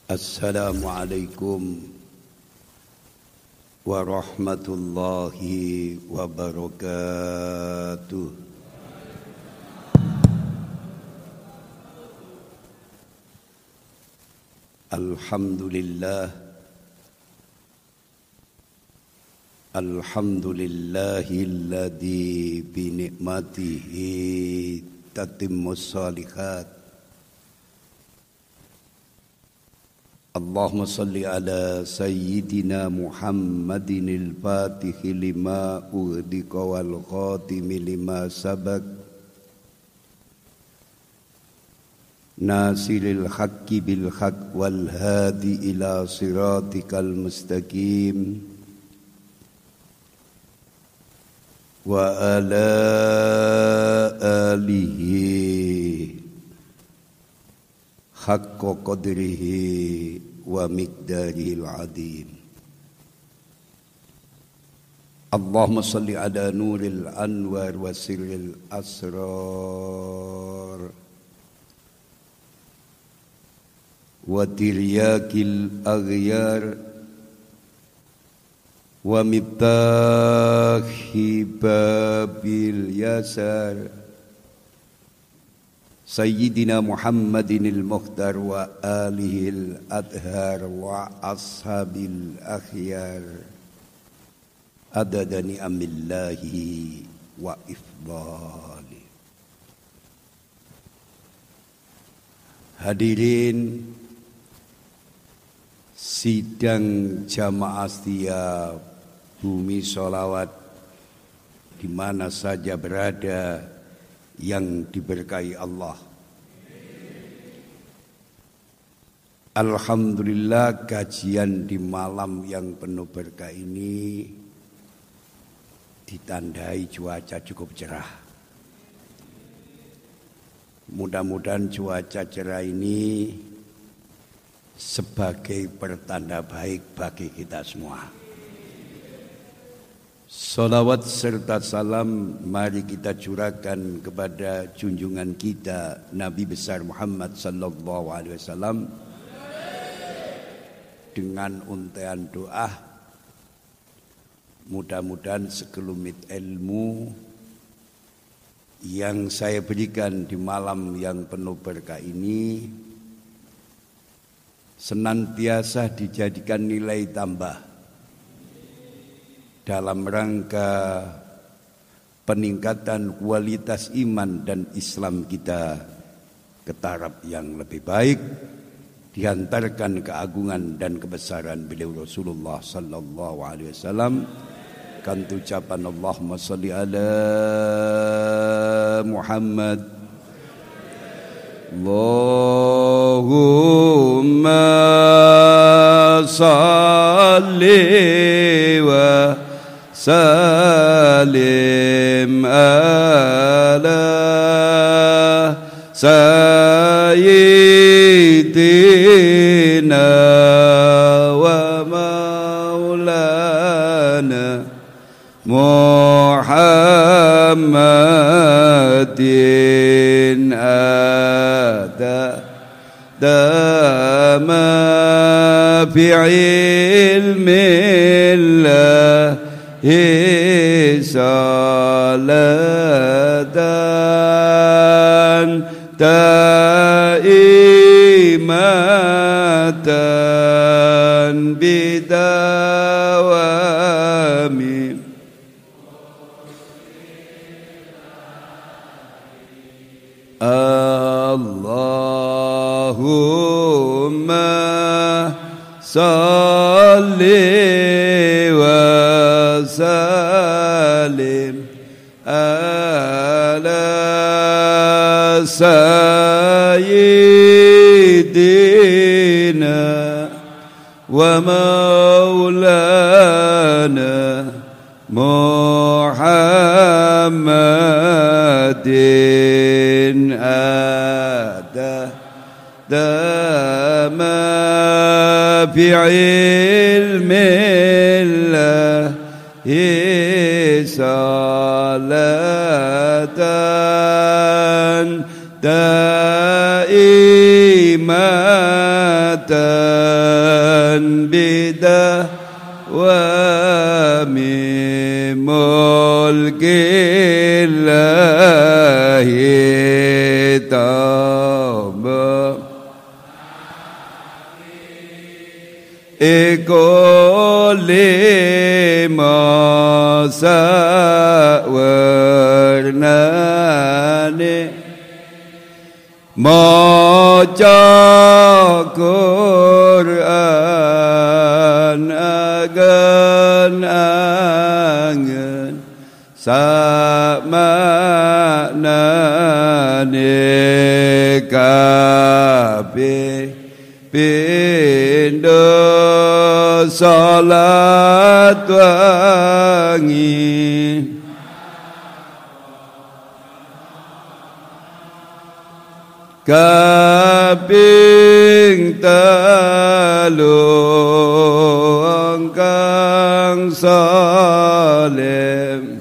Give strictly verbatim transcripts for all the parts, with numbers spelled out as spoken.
Assalamualaikum warahmatullahi wabarakatuh. Alhamdulillah Alhamdulillahilladzi bi ni'matihi tatimmus shalihat. Allahumma salli ala sayyidina Muhammadinil Fatihi lima ughdiqa wal khatimi lima sabaq nasiril haqqi bil haqq wal hadi ila siratikal mustaqim wa ala alihi haqqa qadrihi wa miqdarihil azim. Allahumma salli ala nuril anwar wa sirril asrar wa tiryakil aghyar wa miftahi babil yasar Sayyidina Muhammadinil Mukhtar wa alihil adhar wa ashabil akhyar adada ni'amillahi wa ifdali. Hadirin sidang jamaah setia Bumi Sholawat di mana saja berada yang diberkahi Allah. Alhamdulillah, kajian di malam yang penuh berkah ini ditandai cuaca cukup cerah. Mudah-mudahan cuaca cerah ini sebagai pertanda baik bagi kita semua. Salawat serta salam mari kita curahkan kepada junjungan kita Nabi besar Muhammad sallallahu alaihi wasallam dengan untaian doa. Mudah-mudahan sekelumit ilmu yang saya berikan di malam yang penuh berkah ini senantiasa dijadikan nilai tambah dalam rangka peningkatan kualitas iman dan Islam kita ke taraf yang lebih baik, dihantarkan keagungan dan kebesaran beliau Rasulullah sallallahu alaihi wasallam. Kan ucapan Allahumma salli ala Muhammad, Allahumma salli wa salim ala sayyidina wa maulana Muhammadin ada dama bi'ilmillah salatan daimatan bidawami Allahumma salli wa salim ala sayyidina wa maulana Muhammadin ada dama bi'ilmillah salatan daimatan min mulkillahi tamba Eko lima sawarnane Maca Quran agen-agen samaknane kabeh pindho salat wangi kaping telu kang salem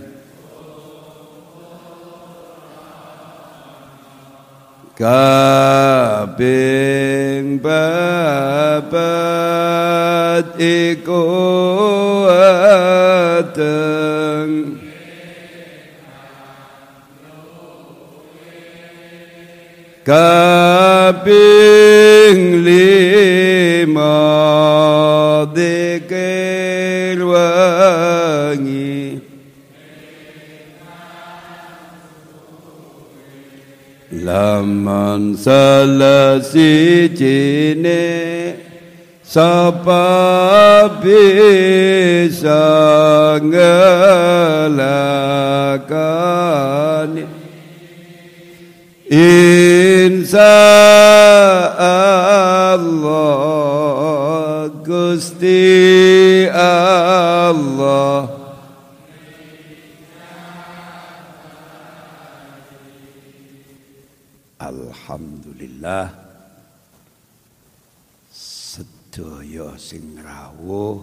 kaping papat iku ateng kaping lima dzikir wangi laman salasi jine sapa bisa ngelakani insya Allah Gusti Allah Alhamdulillah sedaya sing rawuh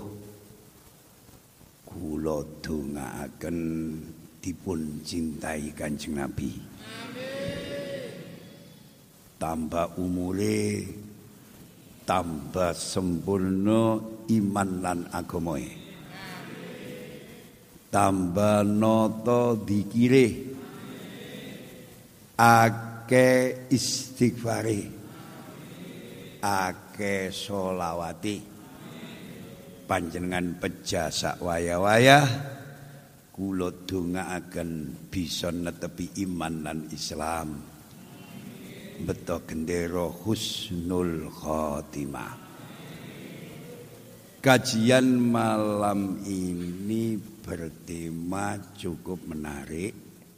kula dongaaken dipun cintai Kanjeng Nabi. Tambah umure, tambah sempurna iman lan agamae. Tambah nata dikire, akeh istighfare, akeh sholawati. Panjenengan pejah sak wayah-wayah, kula dongaaken bisa netepi iman lan Islam. Beto gendera husnul khotimah. Kajian malam ini bertema cukup menarik.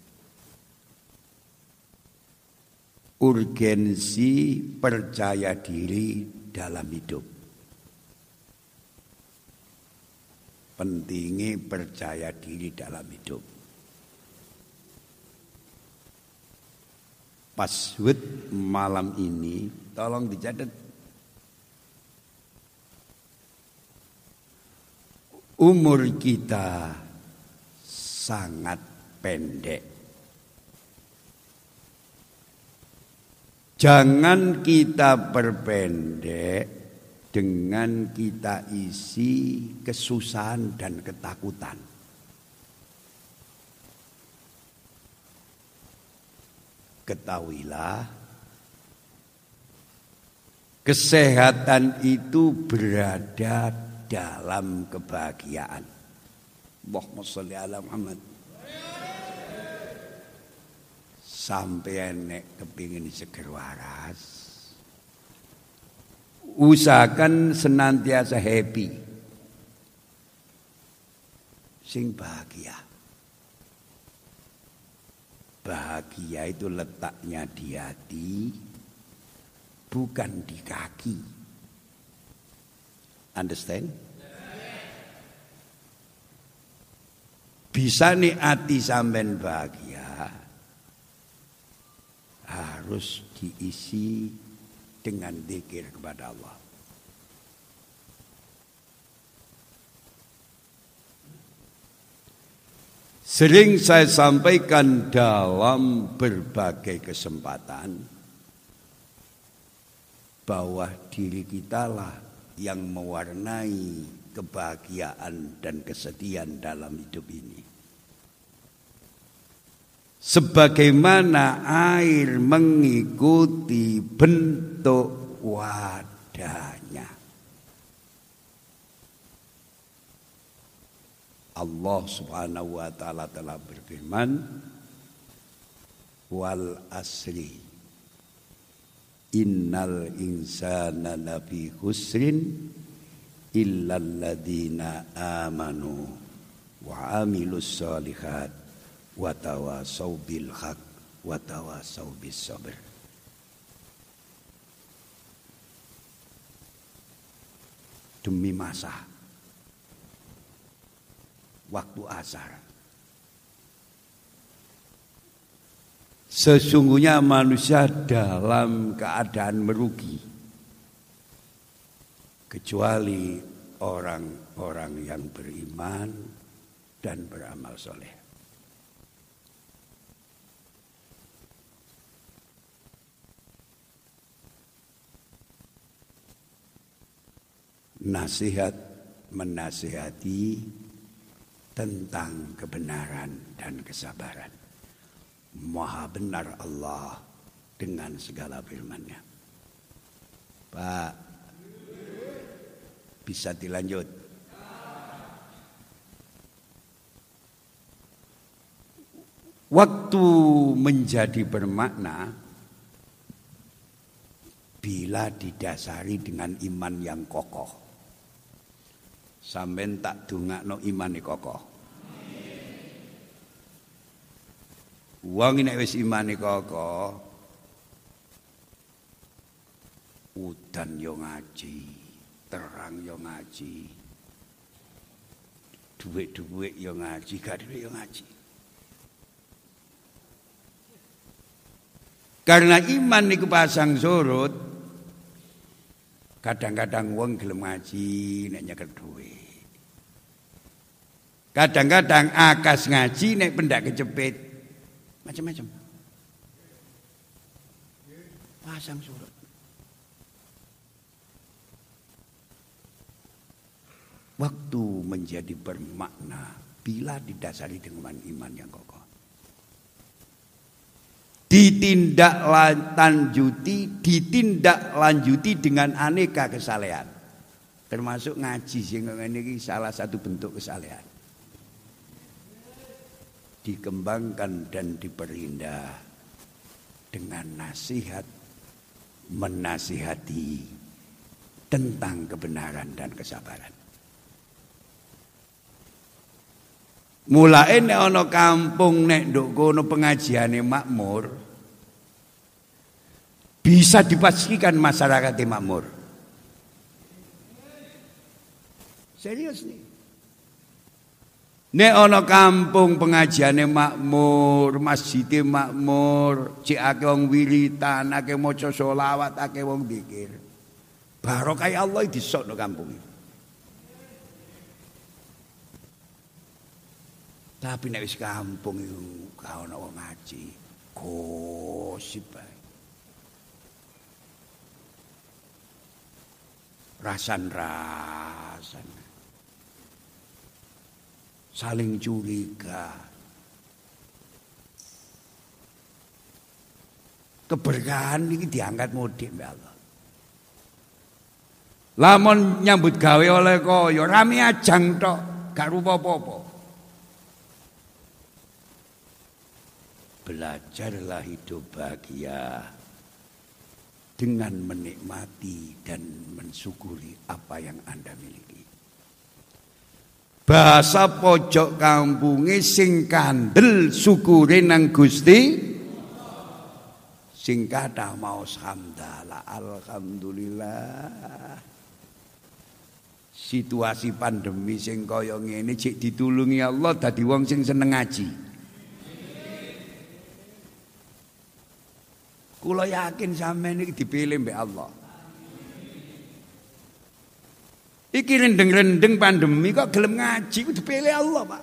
Urgensi percaya diri dalam hidup. Pentingnya percaya diri dalam hidup. Password malam ini tolong dicatat. Umur kita sangat pendek. Jangan kita perpendek dengan kita isi kesusahan dan ketakutan. Ketahuilah, kesehatan itu berada dalam kebahagiaan. Allahumma sholli ala Muhammad. Sampai nek kepingin seger waras, usahakan senantiasa happy, sing bahagia. Bahagia itu letaknya di hati, bukan di kaki. Understand? Bisa nih hati sampean bahagia, harus diisi dengan zikir kepada Allah. Sering saya sampaikan dalam berbagai kesempatan bahwa diri kita lah yang mewarnai kebahagiaan dan kesedihan dalam hidup ini. Sebagaimana air mengikuti bentuk wadahnya. Allah Subhanahu wa taala telah berfirman, wal asri innal insana lafi khusrin illal ladzina amanu wa amilus solihat wa tawasaw bil haq wa tawasaw bis sabr. Demi masa waktu asar, sesungguhnya manusia dalam keadaan merugi kecuali orang-orang yang beriman dan beramal soleh. Nasihat menasihati tentang kebenaran dan kesabaran. Maha benar Allah dengan segala firman-Nya. Pak, bisa dilanjut? Waktu menjadi bermakna bila didasari dengan iman yang kokoh. Sampeyan tak dongakno imane kokoh. Wong nek wis imane kokoh, udan yo ngaji, terang yo ngaji, duit-duit yo ngaji, gak duit yo ngaji. Karena iman niku pasang surut, kadang-kadang wong gelem ngaji nek nyekel duit. Kadang-kadang akas ngaji nek pendak kecepit. Macam-macam. Pasang surut. Waktu menjadi bermakna bila didasari dengan iman yang kokoh. Ditindaklanjuti, ditindaklanjuti dengan aneka kesalehan. Termasuk ngaji sing ngene iki salah satu bentuk kesalehan. Dikembangkan dan diperindah dengan nasihat menasihati tentang kebenaran dan kesabaran. Mulai nek ana kampung nek nduk kono pengajiane makmur, bisa dipastikan masyarakatnya makmur. Serius nih. Nek ana kampung pengajiane makmur, masjide makmur, cek akeh wong wiritan, akeh maca selawat, akeh wong zikir. Barokah Allah disokno kampung iki. Tapi nek wis kampung iku gak ana wong ngaji, gosip bae. Rasan-rasan. Saling curiga. Keberkahan ini diangkat mudik mbak Allah. Lamun nyambut gawe oleh kaya rame ajang tok, gak rupa apa-apa. Belajarlah hidup bahagia dengan menikmati dan mensyukuri apa yang Anda miliki. Bahasa pojok kampunge sing kandel syukure nang Gusti, sing kathah maos hamdalah alhamdulillah. Situasi pandemi sing kaya ngene cek ditulungi Allah dadi wong sing seneng ngaji. Kula yakin sampeyan iki dipilih mbek Allah. Iki rendeng-rendeng pandemi kok gelem ngaji ku dipilih Allah, Pak.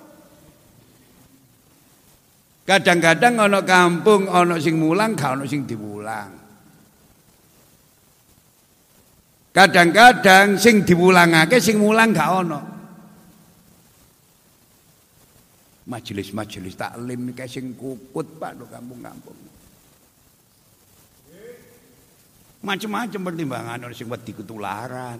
Kadang-kadang ana kampung ana sing mulang, gak ana sing diwulang. Kadang-kadang sing diwulangake sing mulang gak ono. Majelis-majelis taklim iki sing kukut Pak do kampung-kampung. Macam-macam pertimbangan orang sing wedi ketularan.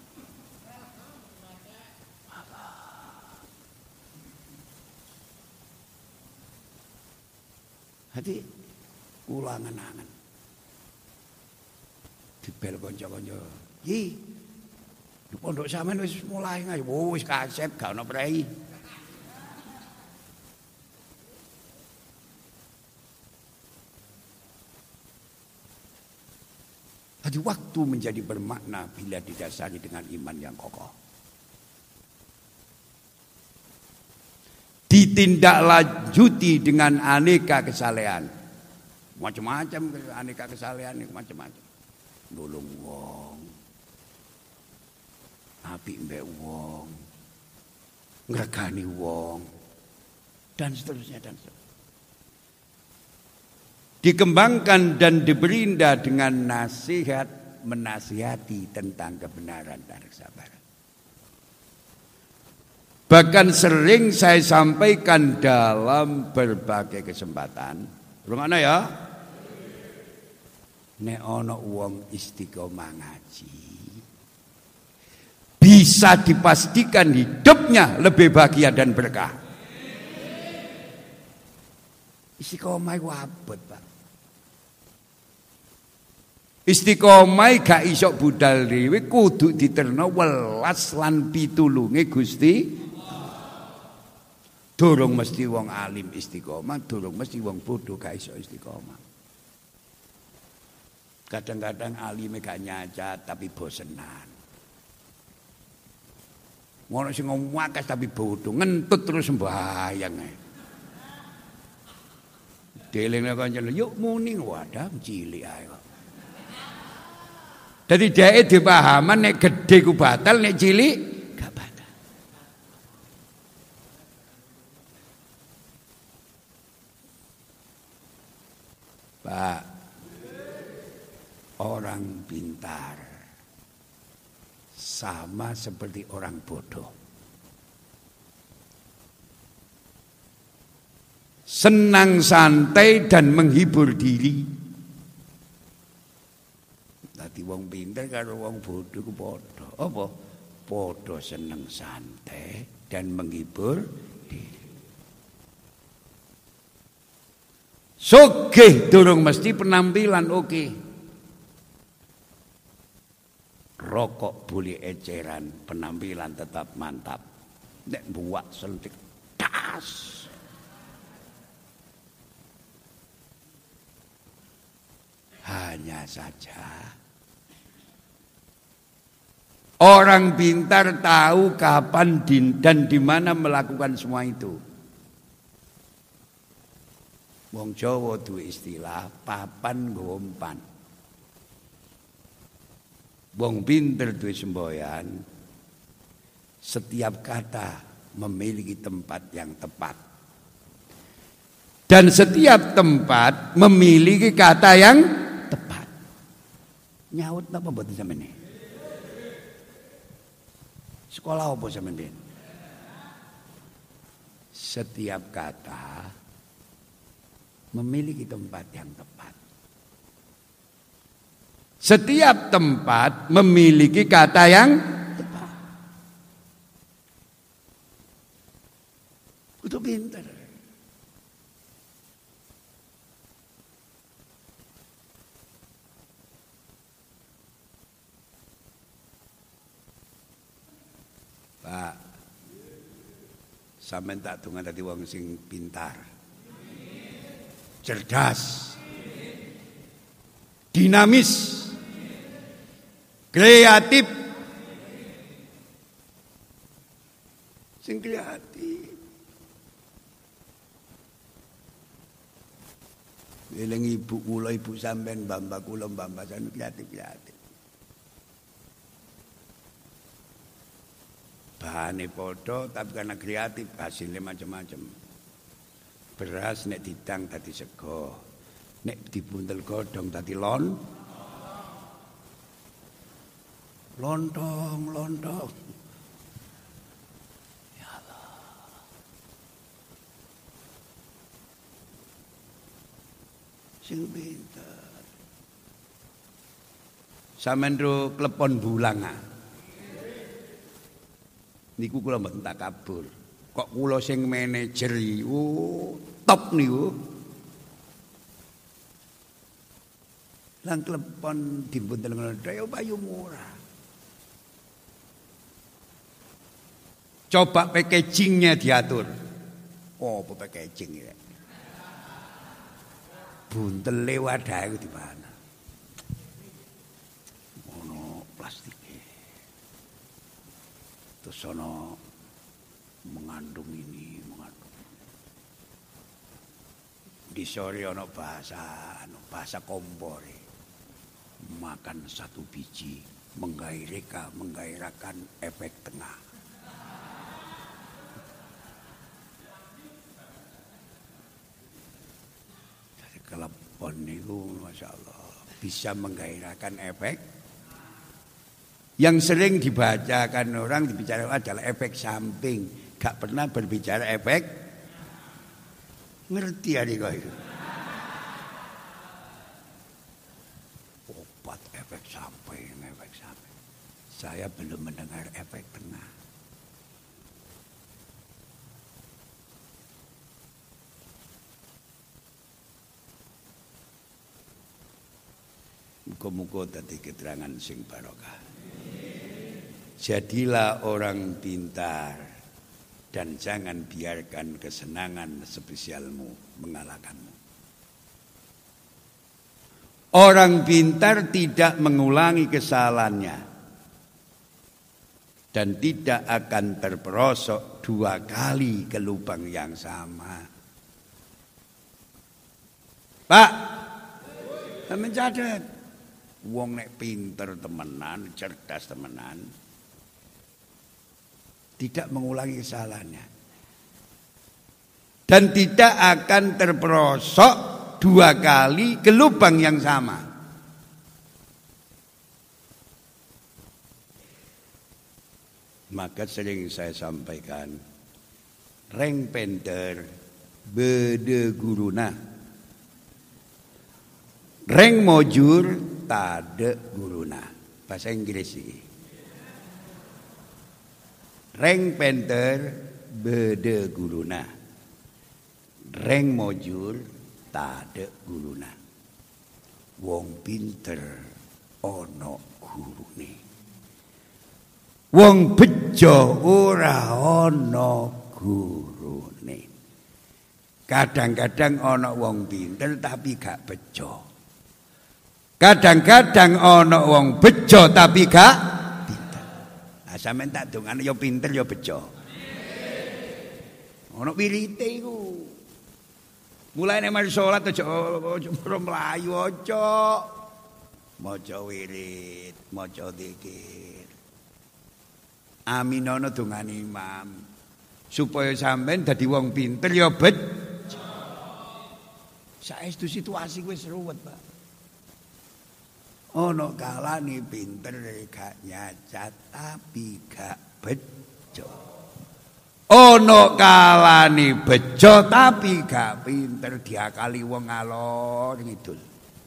Hati ulangan-angan. Dibel kanca-kanca. Yi. Di pondok sampean wis mulai ngae. Oh, wis kaset gak ono prei. Hati waktu menjadi bermakna bila didasari dengan iman yang kokoh. Ditindaklanjuti dengan aneka kesalehan. Macam-macam aneka kesalehan macam-macam. Nulung wong. Apik mbek wong. Ngregani wong. Dan seterusnya dan seterusnya. Dikembangkan dan diberi indah dengan nasihat menasihati tentang kebenaran dan kesabaran. Bahkan sering saya sampaikan dalam berbagai kesempatan. Rungokno ya. Nek ana wong istiqomah ngaji, bisa dipastikan hidupnya lebih bahagia dan berkah. Istiqomah iku abot, Pak. Istiqomah gak iso budal dhewe kudu diterno welas lan pitulunge Gusti. Durung mesti wong alim istiqomah, durung mesti wong bodoh gak iso istiqomah. Kadang-kadang alime gak nyacat tapi bosenan. Ngono sing ngomong akeh tapi bodoh, ngentut terus sembahyang ae. Delengna kancane, yuk muni wadah cilik ae kok. Dadi dheke dipahaman nek gedhe ku batal, nek cilik gak batal. Pak, orang pintar sama seperti orang bodoh. Senang santai dan menghibur diri. Dadi wong pinter karo wong bodoh ku padha. Apa? Padha seneng santai dan menghibur diri. Sugih durung mesti penampilan oke. Okay. Rokok boleh eceran, penampilan tetap mantap. Nek buat sentik tas. Hanya saja orang pintar tahu kapan dan di mana melakukan semua itu. Wong Jawa duwe istilah papan nggo umpan. Wong pinter duwe semboyan. Setiap kata memiliki tempat yang tepat. Dan setiap tempat memiliki kata yang tepat. Nyaut napa mboten sampeyan? Sekolah apa sampeyan? Setiap kata memiliki tempat yang tepat. Setiap tempat memiliki kata yang tepat. Kudu pinter. Pak, sampean tak donga dadi wong sing pintar, cerdas, dinamis, kreatif, sing kreatif. Eling ibu kula, ibu sampean, mbah-mbah kula, mbah-mbah sampean kreatif-kreatif. Bahane padha tapi karena kreatif hasilnya macam-macam. Beras nek didang dadi sego, nek dibuntel godhong dadi lon. Lontong, lontong. Ya Allah. Sing pinter. Sampeyan ro klepon bulang ah. Niku kula mboten takabur. Kok kula sing manajer iku top niku. Lang klepon dipun teleng daya payu murah. Coba packagingnya diatur. Oh, apa packaging ya? Buntele wadahe di mana? Ono plastiknya. Terus ono mengandung ini, mengandung. Di sore ono bahasa, ono bahasa kompor. Makan satu biji menggairahkan, menggairahkan efek tengah. Kelepon itu Masya Allah bisa menggairahkan efek. Yang sering dibacakan orang dibicarakan adalah efek samping. Gak pernah berbicara efek. Ngerti adik kau itu? Obat efek samping, efek samping. Saya belum mendengar efek tengah. Muga-muga dadi keterangan sing barokah. Jadilah orang pintar dan jangan biarkan kesenangan spesialmu mengalahkanmu. Orang pintar tidak mengulangi kesalahannya dan tidak akan terperosok dua kali ke lubang yang sama. Pak, mencatat. Wong nek pinter temenan, cerdas temenan, tidak mengulangi kesalahannya. Dan tidak akan terperosok dua kali ke lubang yang sama. Maka sering saya sampaikan, reng penter bede guruna, reng mojur tade guruna. Bahasa Inggris ini. Reng penter bede guruna, reng mojur tade guruna. Wong pinter ono gurune, wong bejo ora ono gurune. Kadang-kadang ono wong pinter tapi gak bejo. Kadang-kadang ana wong bejo tapi gak pinter. Ah sampean tak dongane ya pinter ya bejo. Ana wirite iku. Mulai nek mari salat aja aja mlayu aja. Maca wirid, maca zikir. Amin ana dongane imam. Supaya sampean dadi wong pinter ya bejo. Saestu situasi wis ruwet, Pak. Ono kalane pinter gak nyacat tapi gak bejo. Ono kalane bejo tapi gak pinter diakali wong alor ngidul.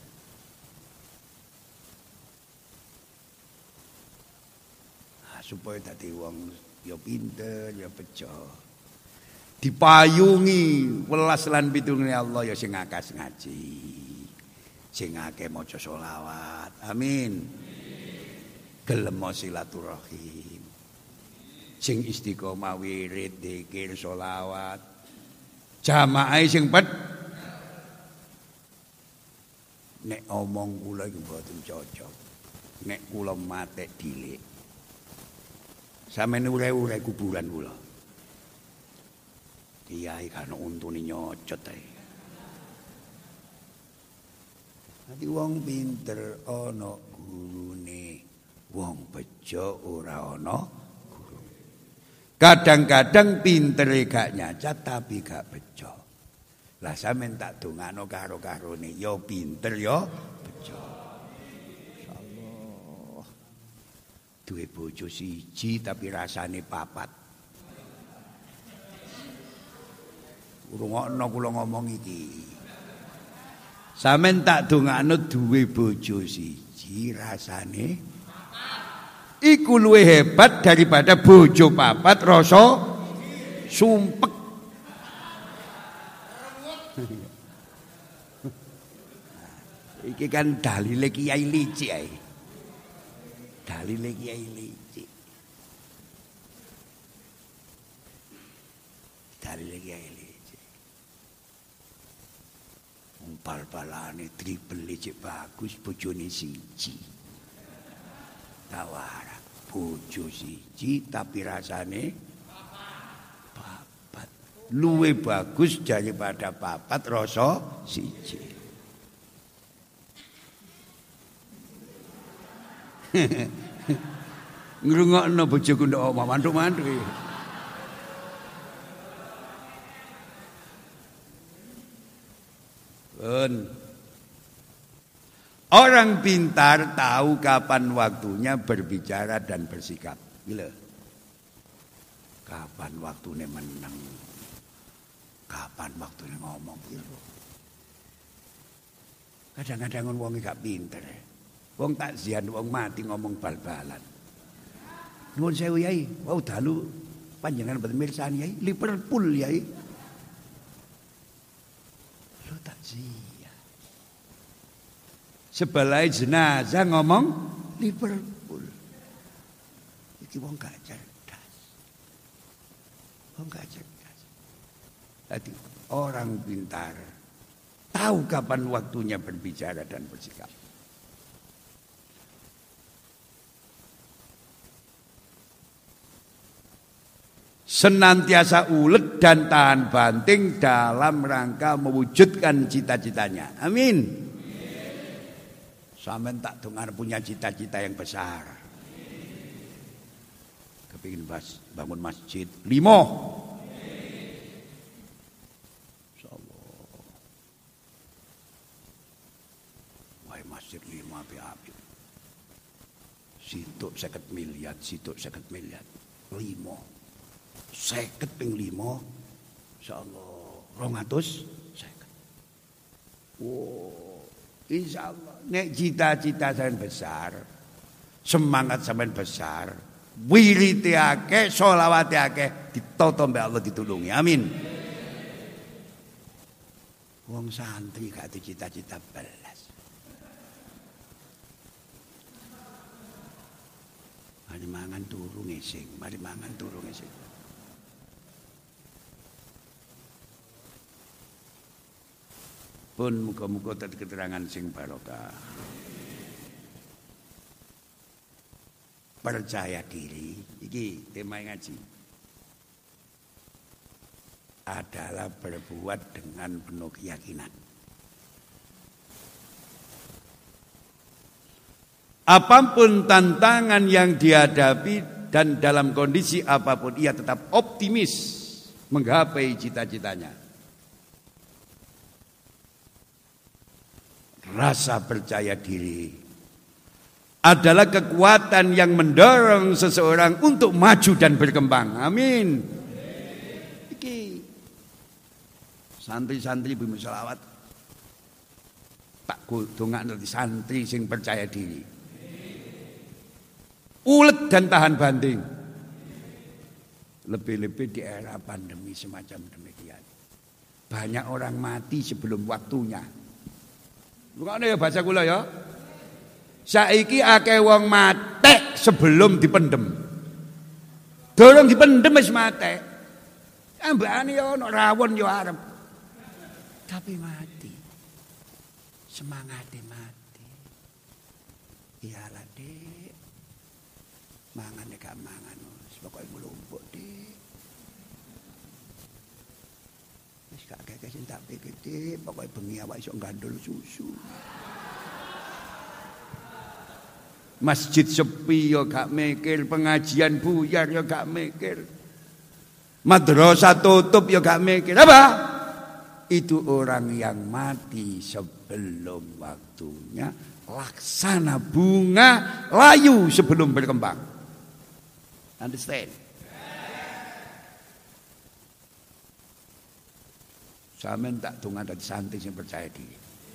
Nah, supaya dadi wong ya pinter ya bejo. Dipayungi welas lan pitulunge Allah ya sing akas ngaji. Sing akeh maca selawat. Amin. Gelem silaturahim. Sing istiqomah wirid, zikir, selawat. Jamaah sing pet. Nek omong kula iki mboten cocok. Nek kula matek dhilik. Sampeyan ure-ure kuburan kula. Kiai kan untune nyocot ae. Ati wong pinter ana gurune, wong bejo ora ana gurune. Kadang-kadang pintere gak nyacat tapi gak bejo. Lah sampean tak dongano karo-karone ya pinter ya bejo. Insyaallah. duwe bojo siji tapi rasane papat. Rungokno kula ngomong iki. Sampeyan tak dongakno duwe bojo siji rasane papat. Iku luwih hebat daripada bojo papat rasa sumpek. Iki kan dalile Kiai licik ae. Dalile Kiai licik. Dalile Kiai licik. Umpal-palane triple licik bagus bojone siji. Tawara bojo siji tapi rasane papat. Luwe bagus daripada papat rasa siji. Ngrungokno bojoku ndok omah mantuk-mantuk. Pun. Orang pintar tahu kapan waktunya berbicara dan bersikap. Gila. Kapan waktunya menang. Kapan waktunya ngomong. Kadang-kadang wong gak pinter. Wong takziah wong mati ngomong bal-balan. Nuwun sewu Yai, wau dalu panjenengan boten mirsani Yai, Liverpool Yai. Lho takziah. Sebelah jenazah ngomong Liverpool. Iki wong gak cerdas. Wong gak cerdas. Jadi orang pintar tahu kapan waktunya berbicara dan bersikap. Senantiasa ulet dan tahan banting dalam rangka mewujudkan cita-citanya. Amin. Sampeyan tak dengar punya cita-cita yang besar. Kepingin bangun masjid limo. Insyaallah. Wah masjid lima api-api. Situk seket miliar, situk seket miliar. Limo. Seket ping limo, insyaallah rong atus seket. Wow, insyaallah. Nek cita-cita sampean besar, semangat sampean besar, wirite akeh, sholawate akeh, ditata mbek Allah ditulungi. Amin. Wong santri gak ada cita-cita belas. Mari mangan turu ngising, mari mangan turu ngising. Pun muga-muga dadi keterangan sing barokah. Percaya diri, iki tema ngaji. Adalah berbuat dengan penuh keyakinan. Apapun tantangan yang dihadapi dan dalam kondisi apapun ia tetap optimis menggapai cita-citanya. Rasa percaya diri adalah kekuatan yang mendorong seseorang untuk maju dan berkembang. Amin. Iki santri-santri bumi selawat tak dongakno santri sing percaya diri. Ulet dan tahan banting. Lebih-lebih di era pandemi semacam demikian. Banyak orang mati sebelum waktunya. Lukane ya baca kula ya. Saiki akeh wong matek sebelum dipendem. Dorong dipendem wis matek. Ambane ya ana rawon ya arep. Tapi mati. Semangate mati. Iyalah Dik. Mangan gak mangan wis pokoke mlumpuk Dik. Wis gak kakek sing tak pikir Dik, pokoke bengi awak iso gandul susu. Masjid sepi ya gak mikir, pengajian buyar ya gak mikir. Madrasah tutup ya gak mikir. Apa? Itu orang yang mati sebelum waktunya, laksana bunga layu sebelum berkembang. Understand? Sampeyan tak donga dadi santri sing percaya diri.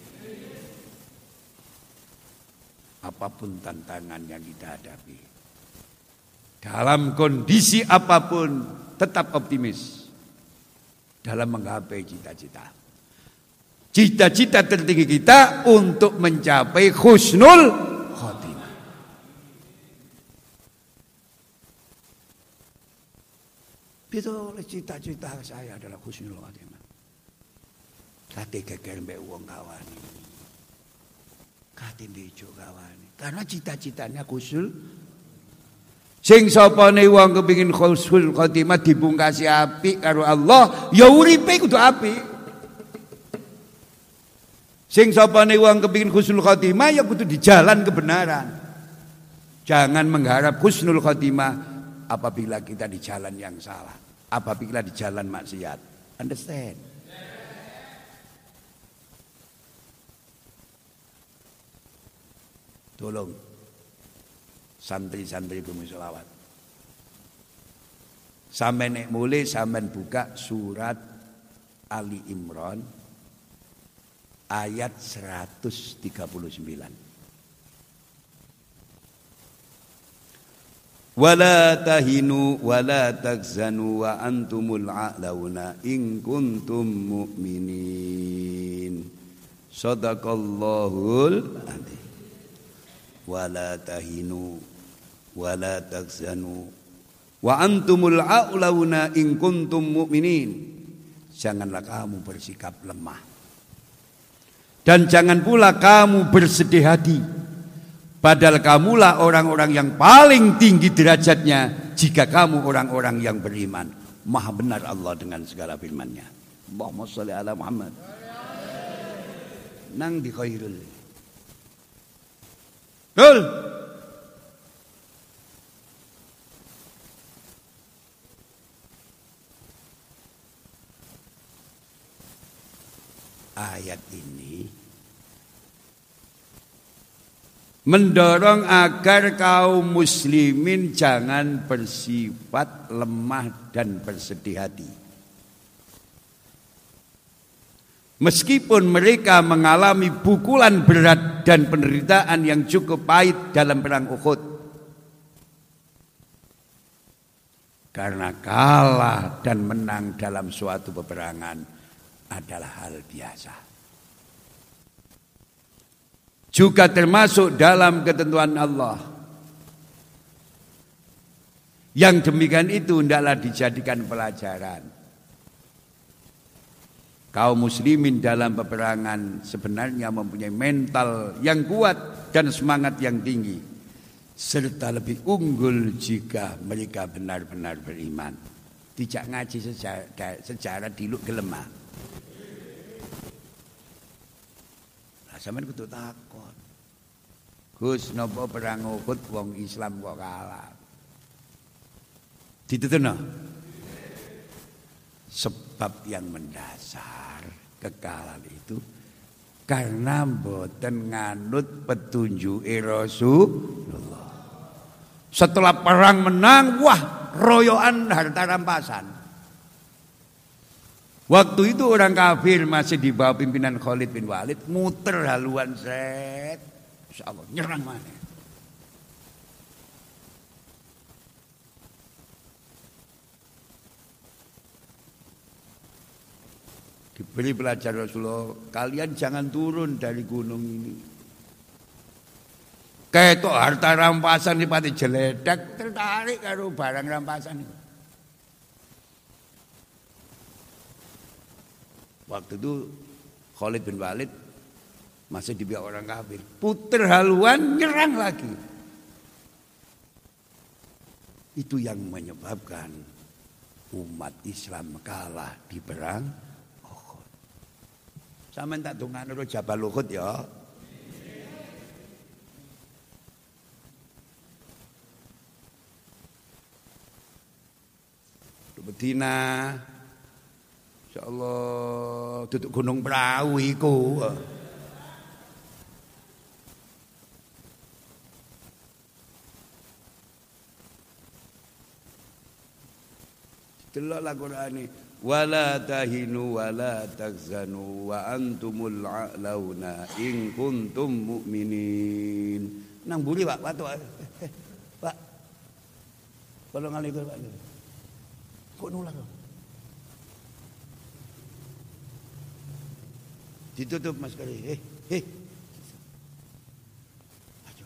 Apapun tantangan yang kita hadapi, dalam kondisi apapun tetap optimis dalam menggapai cita-cita. Cita-cita tertinggi kita untuk mencapai husnul khotimah. Betul, cita-cita saya adalah husnul khotimah. Kate geger mbek wong kawan. Kate bejo kawan. Karena cita-citanya husnul. Sing sapane wong kepengin husnul khotimah dibungkasi apik karo Allah, ya uripe kudu apik. Sing sapane wong kepengin husnul khotimah ya kudu di jalan kebenaran. Jangan mengharap husnul khotimah apabila kita di jalan yang salah, apabila di jalan maksiat. Understand? Tolong santri-santri bumi selawat. Sampai nek mulai sampai buka surat Ali Imran ayat seratus tiga puluh sembilan. Wala tahinu wala takzanu wa antumul a'launa in kuntum mu'minin. Shadaqallahul adzim. Wala tahinu wala takzanu wa antumul a'launa in kuntum mu'minin. Janganlah kamu bersikap lemah dan jangan pula kamu bersedih hati, padahal kamulah orang-orang yang paling tinggi derajatnya jika kamu orang-orang yang beriman. Maha benar Allah dengan segala firman-Nya. Allahumma shalli ala Muhammad. Nang di khairul Betul. Ayat ini mendorong agar kaum muslimin jangan bersifat lemah dan bersedih hati. Meskipun mereka mengalami pukulan berat dan penderitaan yang cukup pahit dalam perang Uhud. Karena kalah dan menang dalam suatu peperangan adalah hal biasa. Juga termasuk dalam ketentuan Allah. Yang demikian itu hendaklah dijadikan pelajaran. Kaum muslimin dalam peperangan sebenarnya mempunyai mental yang kuat dan semangat yang tinggi, serta lebih unggul jika mereka benar-benar beriman. Tidak ngaji sejarah, sejarah diluk gelemah. Lah sampean kudu takon. Gus napa perang Uhud wong Islam kok kalah? Dituturno. Sebab yang mendasar kekalahan itu karena mboten nganut petunjuke Rasulullah. Setelah perang menang, wah royoan harta rampasan. Waktu itu orang kafir masih di bawah pimpinan Khalid bin Walid, muter haluan set, insyaallah nyerang mana? Diberi pelajaran Rasulullah, kalian jangan turun dari gunung ini. Ketok harta rampasan di pati jeledak, tertarik karo barang rampasan itu. Waktu itu Khalid bin Walid masih di pihak orang kafir, puter haluan nyerang lagi. Itu yang menyebabkan umat Islam kalah di perang. Sampeyan tak dongakno Jabal Uhud ya. Betina insyaallah duduk gunung perahu iku. Deloklah Qur'ane. Wala tahinu wala tahzanu wa antumul a'launa in kuntum mu'minin. Nang buri Pak, Pak. Eh, Pak. Kalau ngalih Pak. Kok nolak? Ditutup Mas kali. Eh, eh. Ayo.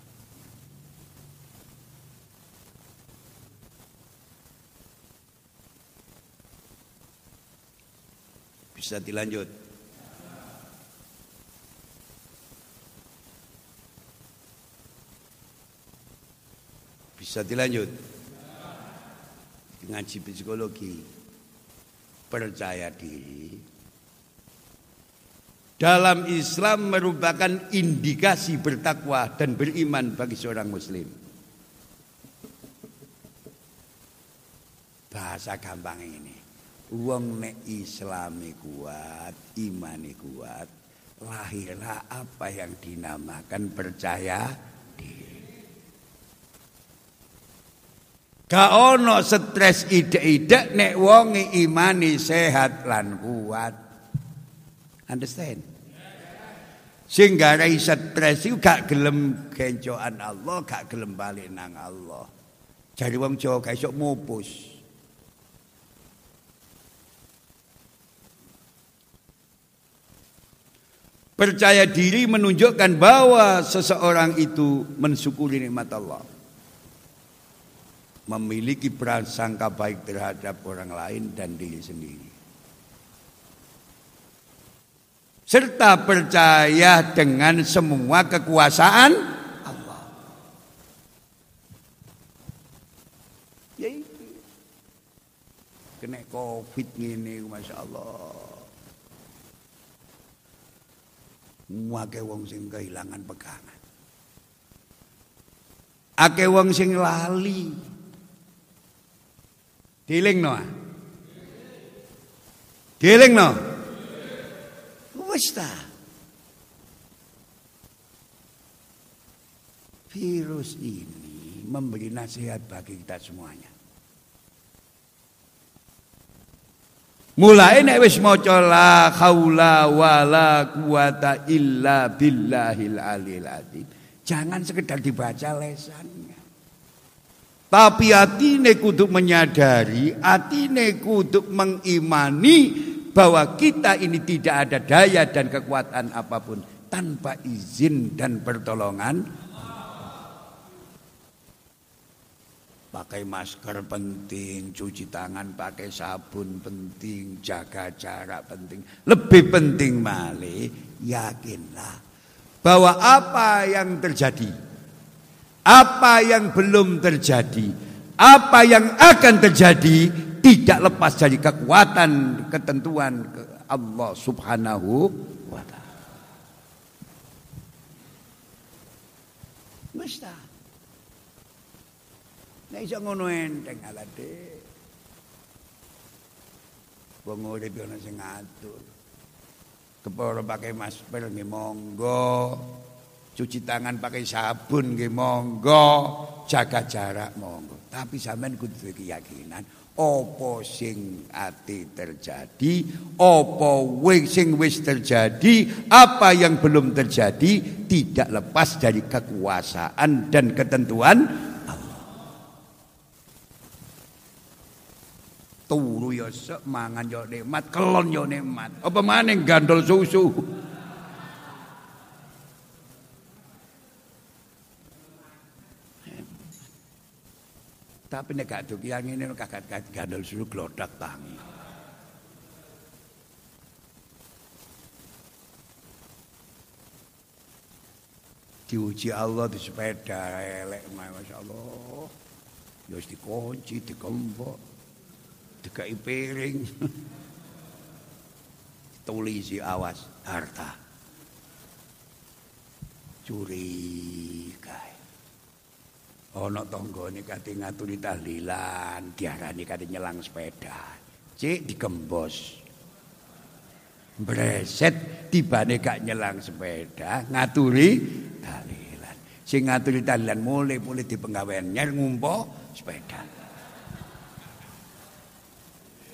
Bisa dilanjut. Bisa dilanjut. Ngaji psikologi. Percaya diri dalam Islam merupakan indikasi bertakwa dan beriman bagi seorang muslim. Bahasa gampang ini. Wong nek Islami kuat, imani kuat, lahirlah apa yang dinamakan percaya diri. Gak ono stres ide-ide nek wong imani sehat lan kuat. Understand? Sing garai stres iku gak gelem gencokan Allah, gak gelem balik nang Allah. Jadi wong Jawa gak iso mupus. Percaya diri menunjukkan bahwa seseorang itu mensyukuri nikmat Allah. Memiliki prasangka baik terhadap orang lain dan diri sendiri. Serta percaya dengan semua kekuasaan Allah. Ya itu. Kena Covid ngene Masya Allah. Akeh wong sing kehilangan pegangan. Akeh wong sing lali. Dilingno. Dilingno. Wis ta. Virus ini memberi nasihat bagi kita semuanya. Mulai nek wis maca la haula wala quwata illa billahil aliyil azim. Jangan sekedar dibaca lesannya. Tapi atine kudu menyadari, atine kudu mengimani bahwa kita ini tidak ada daya dan kekuatan apapun tanpa izin dan pertolongan. Pakai masker penting, cuci tangan pakai sabun penting, jaga jarak penting. Lebih penting malih, yakinlah bahwa apa yang terjadi, apa yang belum terjadi, apa yang akan terjadi tidak lepas dari kekuatan ketentuan Allah Subhanahu wa taala. Mustahil. Nek iso ngono enteng alate. Wong urip ana sing ngatur. Kepara pakai masker nggih monggo. Cuci tangan pakai sabun nggih monggo, jaga jarak monggo. Tapi sampean kudu keyakinan apa sing ati terjadi, apa wis sing wis terjadi, apa yang belum terjadi tidak lepas dari kekuasaan dan ketentuan Allah. Turu ya sek, mangan ya nikmat, kelon ya nikmat. Apa maning gandol susu. Tapi nek gak duk yang ngene kagat gandol susu glodak tangi. Diuji Allah di sepeda elek masyaallah. Ya wis dikunci, dikembok, dikai piring. Tulisi awas harta. Curi kae. Ana tanggane kate ngaturi tahlilan, diarani kate nyelang sepeda. Cik dikembos. Breset tibane gak nyelang sepeda, ngaturi tahlilan. Sing ngaturi tahlilan mulai-mulai di penggawean nyer ngumpo sepeda.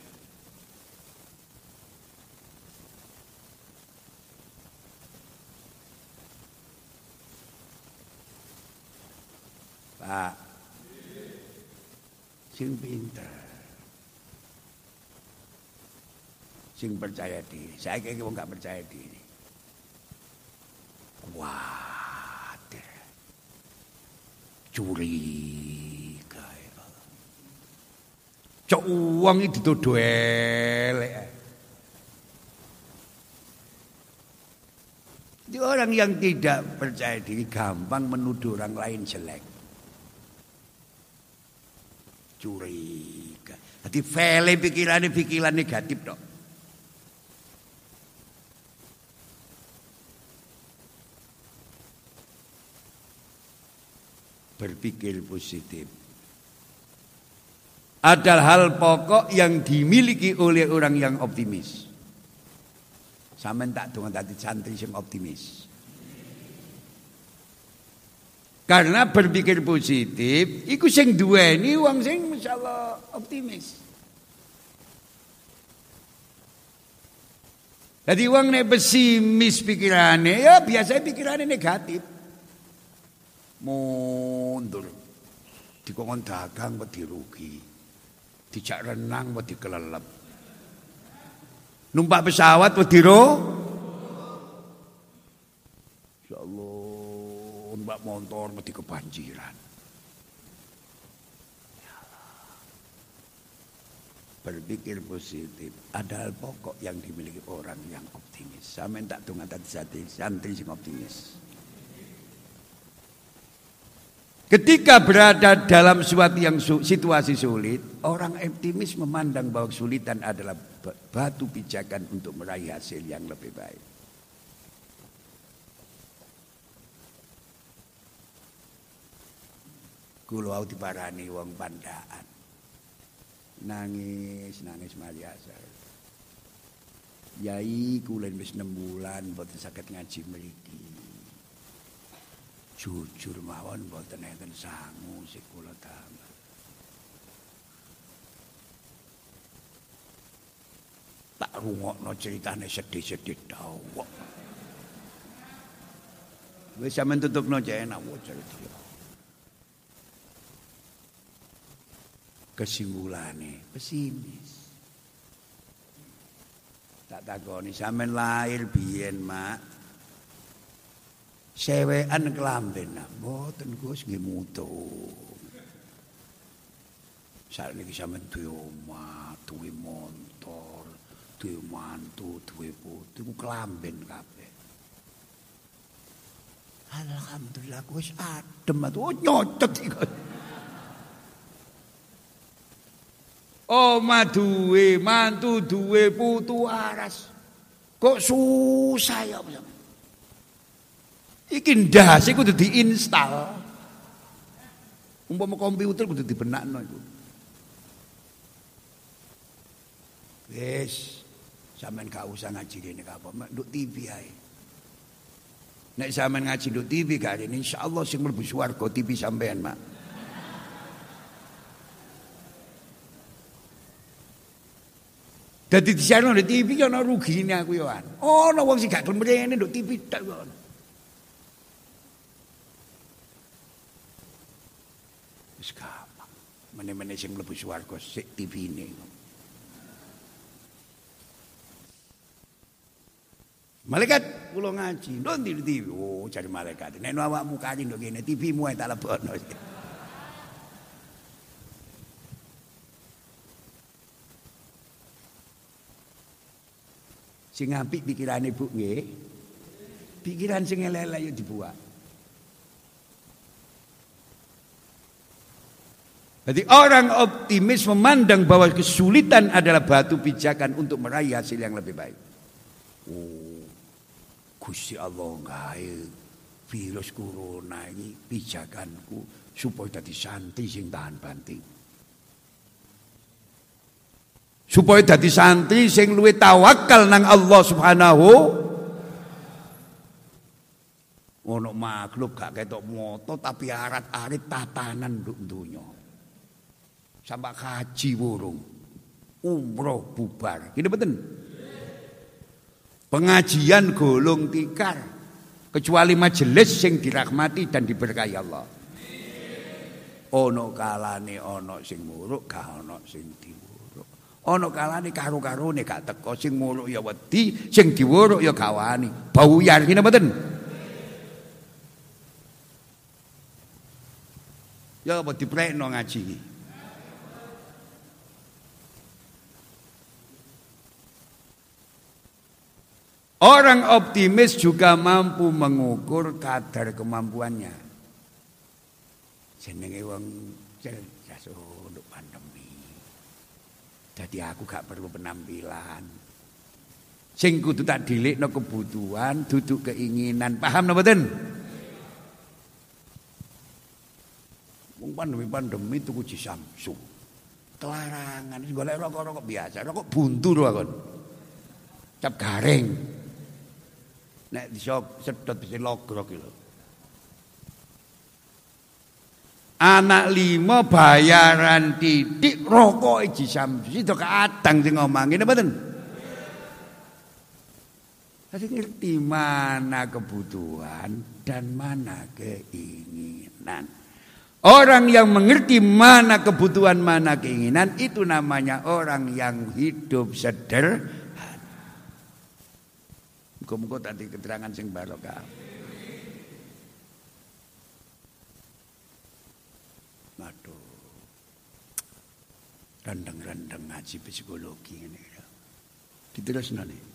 Pak. Sing pinter. Sing percaya diri. Saya kayak wong gak percaya diri. Kuatir. Curiga. Cok uang itu dituduh elek. Jadi orang yang tidak percaya diri gampang menuduh orang lain jelek. Curiga. Jadi vele pikirannya pikiran negatif dok. Berpikir positif adalah hal pokok yang dimiliki oleh orang yang optimis. Sampeyan tak donga dadi santri sing optimis. Karena berpikir positif iku sing duweni wong sing masyaallah optimis. Jadi wong nek pesimis pikirane ya biasanya pikirane negatif. Mundur. Dikongkon dagang wedi rugi. Dijak renang wedi kelelep. Numpak pesawat wedi ro. Insyaallah numpak motor wedi kebanjiran. Ya Allah. Berpikir positif adalah pokok yang dimiliki orang yang optimis. Sampeyan tak donga dadi santri sing optimis. Ketika berada dalam suatu yang su, situasi sulit, orang optimis memandang bahwa kesulitan adalah batu pijakan untuk meraih hasil yang lebih baik. Kulo au diparani wong pandaan. Nangis, nangis mariasa. Yai kula wis enam bulan mboten saged ngaji mriki. Jujur mawon mboten enten sangu sing kula damel. Tak rungokno ceritane sedih-sedih dawa. Wis sampean tutupno cek enak wae cerita. Kesimpulane pesimis. Tak takoni sampean lahir biyen, Mak. Sewean kelamben nah, mboten Gus nggih mutu. Sakniki sampean duwe omah, duwe motor, duwe mantu, duwe putu, iku kelamben kabeh. Alhamdulillah wis adem atuh nyocot iku. Omah duwe, mantu duwe, putu aras. Kok susah ya sampean? Iki ndas iku kudu diinstal. Umpama komputer kudu dibenakno iku. Wis, sampean gak usah ngaji rene apa, nduk T V ae. Nek sampean ngaji nduk T V gak rene insyaallah sing mlebu swarga T V sampean, Mak. Dadi disiarno nduk T V ya ana rugine aku yo an. Ana wong sing gak gelem rene nduk T V tok yo. Wis gampang. Meneh-meneh sing mlebu swarga sik T V-ne. Malaikat kula ngaji, ndok ndi T V? Oh, cari malaikat. Nek awakmu kaji ndok kene T V-mu ae tak lebokno. Sing apik pikirane Bu nggih. Pikiran sing elek-elek yo dibuat. Jadi orang optimis memandang bahwa kesulitan adalah batu pijakan untuk meraih hasil yang lebih baik. Oh, Gusti Allah gawe virus corona ini pijakanku supaya dadi santri sing tahan banting. Supaya dadi santri sing luwih tawakal nang Allah Subhanahu. Ono makhluk gak ketok moto tapi arat-arit tatanan nduk donya. Sampai haji wurung, umroh bubar, gini betul. Pengajian golong tikar, kecuali majelis yang dirahmati dan diberkahi Allah. Ana kalane ana sing muruk, gak ana sing diwuruk. Ana kalane karo-karone gak teko, sing muruk ya wedi, sing diwuruk ya gak wani. Bauyar ngene mboten? Ya apa diprekno ngaji iki. Orang optimis juga mampu mengukur kadar kemampuannya. Jenenge wong cerdas untuk pandemi. Jadi aku gak perlu penampilan. Sing kudu tak dilikno kebutuhan, duduk keinginan. Paham napa mboten? Wong pandemi-pandemi tuku ji Samsung. Kelarangan golek rokok-rokok biasa, rokok buntu lho kon. Cap garing. Nek iso sedot bisa logrok lho. Anak lima bayaran titik rokok ji Samsung. Itu kadang sing ngomong ngene mboten? Tapi ngerti mana kebutuhan dan mana keinginan. Orang yang mengerti mana kebutuhan, mana keinginan, itu namanya orang yang hidup sederhana. Muga-muga tadi keterangan sing barokah. Waduh. Rendeng-rendeng ngaji psikologi ini. Diterusno nih.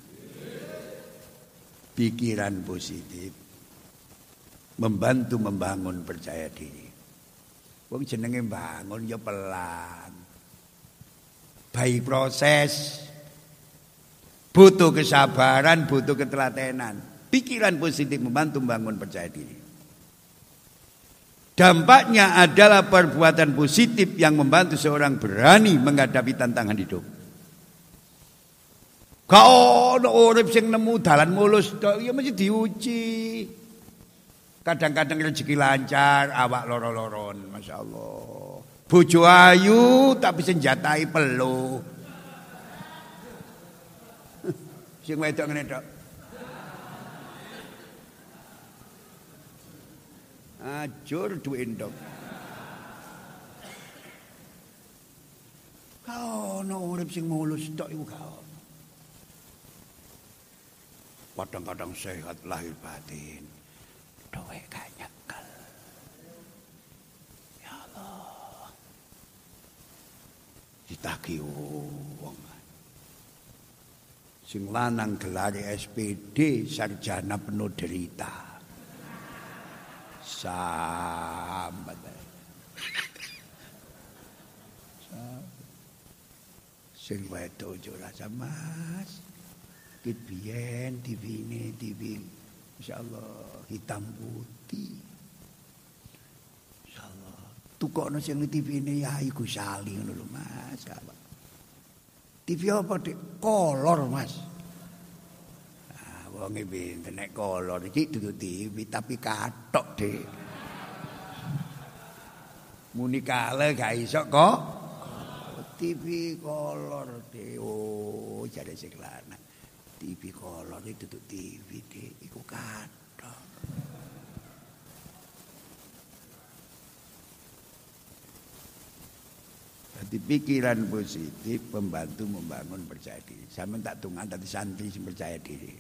Pikiran positif membantu membangun percaya diri. Wong jenenge bangun ya pelan. Baik proses. Butuh kesabaran, butuh ketelatenan. Pikiran positif membantu membangun percaya diri. Dampaknya adalah perbuatan positif yang membantu seorang berani menghadapi tantangan hidup. Gak ono urip sing nemu dalan mulus tok, ya mesti diuji. Kadang-kadang rezeki lancar, awak loro-loron, masyaallah. Bojo ayu tapi senjatai pelu. Sing wedok ngene tok. Ajur duwe endok. Kau ono urip sing mulus tok iku gak ono. Kadang-kadang sehat lahir batin. Duwe gak nyekel. Ya Allah. Ditagi wong. Sing lanang gelare S P D sarjana penuh derita. Sambat. Sing wedok ojo rasa Mas. Ki biyen T V-ne T V insyaallah hitam putih. Insyaallah tukokno sing T V-ne ya iku Sali ngono lho Mas. T V apa Dik? Kolor Mas. Ah wong e pinten nek kolor iki dudu T V tapi kathok Dik. Muni kale gak iso kok. T V kolor Dik. Oh jare sing lanang. T V kolor itu tuh T V Dik iku kathok. Jadi pikiran positif membantu membangun percaya diri. Sampeyan tak tungan tadi santri sing percaya diri.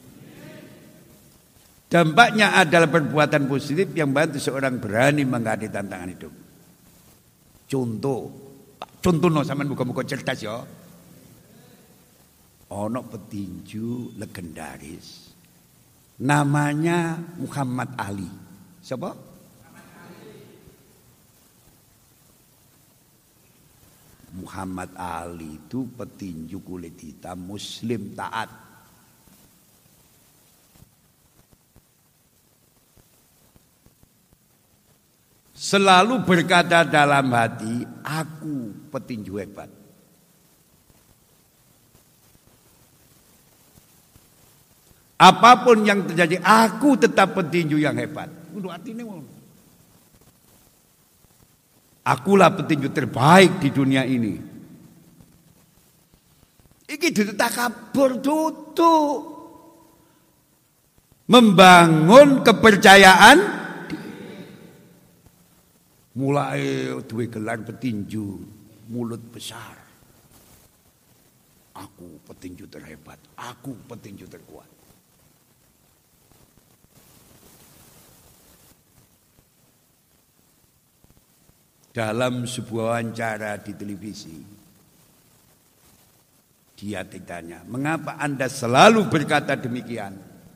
Dampaknya adalah perbuatan positif yang membantu seorang berani menghadapi tantangan hidup. Contoh, contohno sampeyan muga-muga cerdas ya. Ono petinju legendaris. Namanya Muhammad Ali. Siapa? Muhammad Ali itu petinju kulit hitam muslim taat. Selalu berkata dalam hati, aku petinju hebat. Apapun yang terjadi, aku tetap petinju yang hebat. Untuk artinya akulah petinju terbaik di dunia ini. Iki dudu takabur dudu. Membangun kepercayaan. Mulai duwe gelar petinju, mulut besar. Aku petinju terhebat, aku petinju terkuat. Dalam sebuah wawancara di televisi, dia ditanya, mengapa Anda selalu berkata demikian?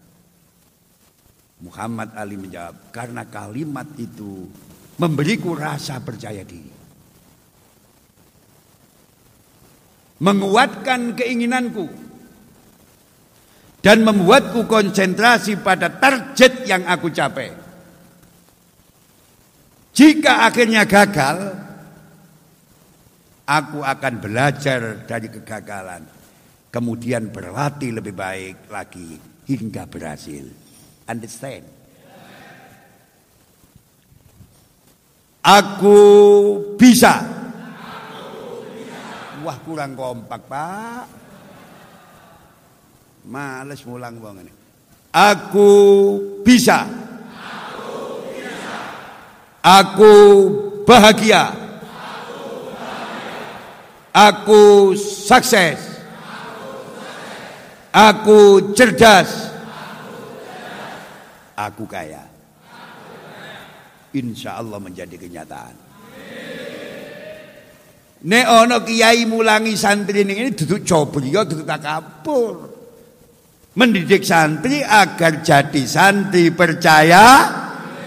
Muhammad Ali menjawab, karena kalimat itu memberiku rasa percaya diri, menguatkan keinginanku, dan membuatku konsentrasi pada target yang aku capai. Jika akhirnya gagal, aku akan belajar dari kegagalan, kemudian berlatih lebih baik lagi hingga berhasil. Understand? Aku bisa. Wah, kurang kompak, Pak. Males mulang wong ini. Aku bisa. Aku bahagia. Aku sukses. Aku cerdas. Aku kaya. Insya Allah menjadi kenyataan. Nek ono kiai mulangi santri ini duduk coba ya duduk takabur. Mendidik santri agar jadi santri percaya.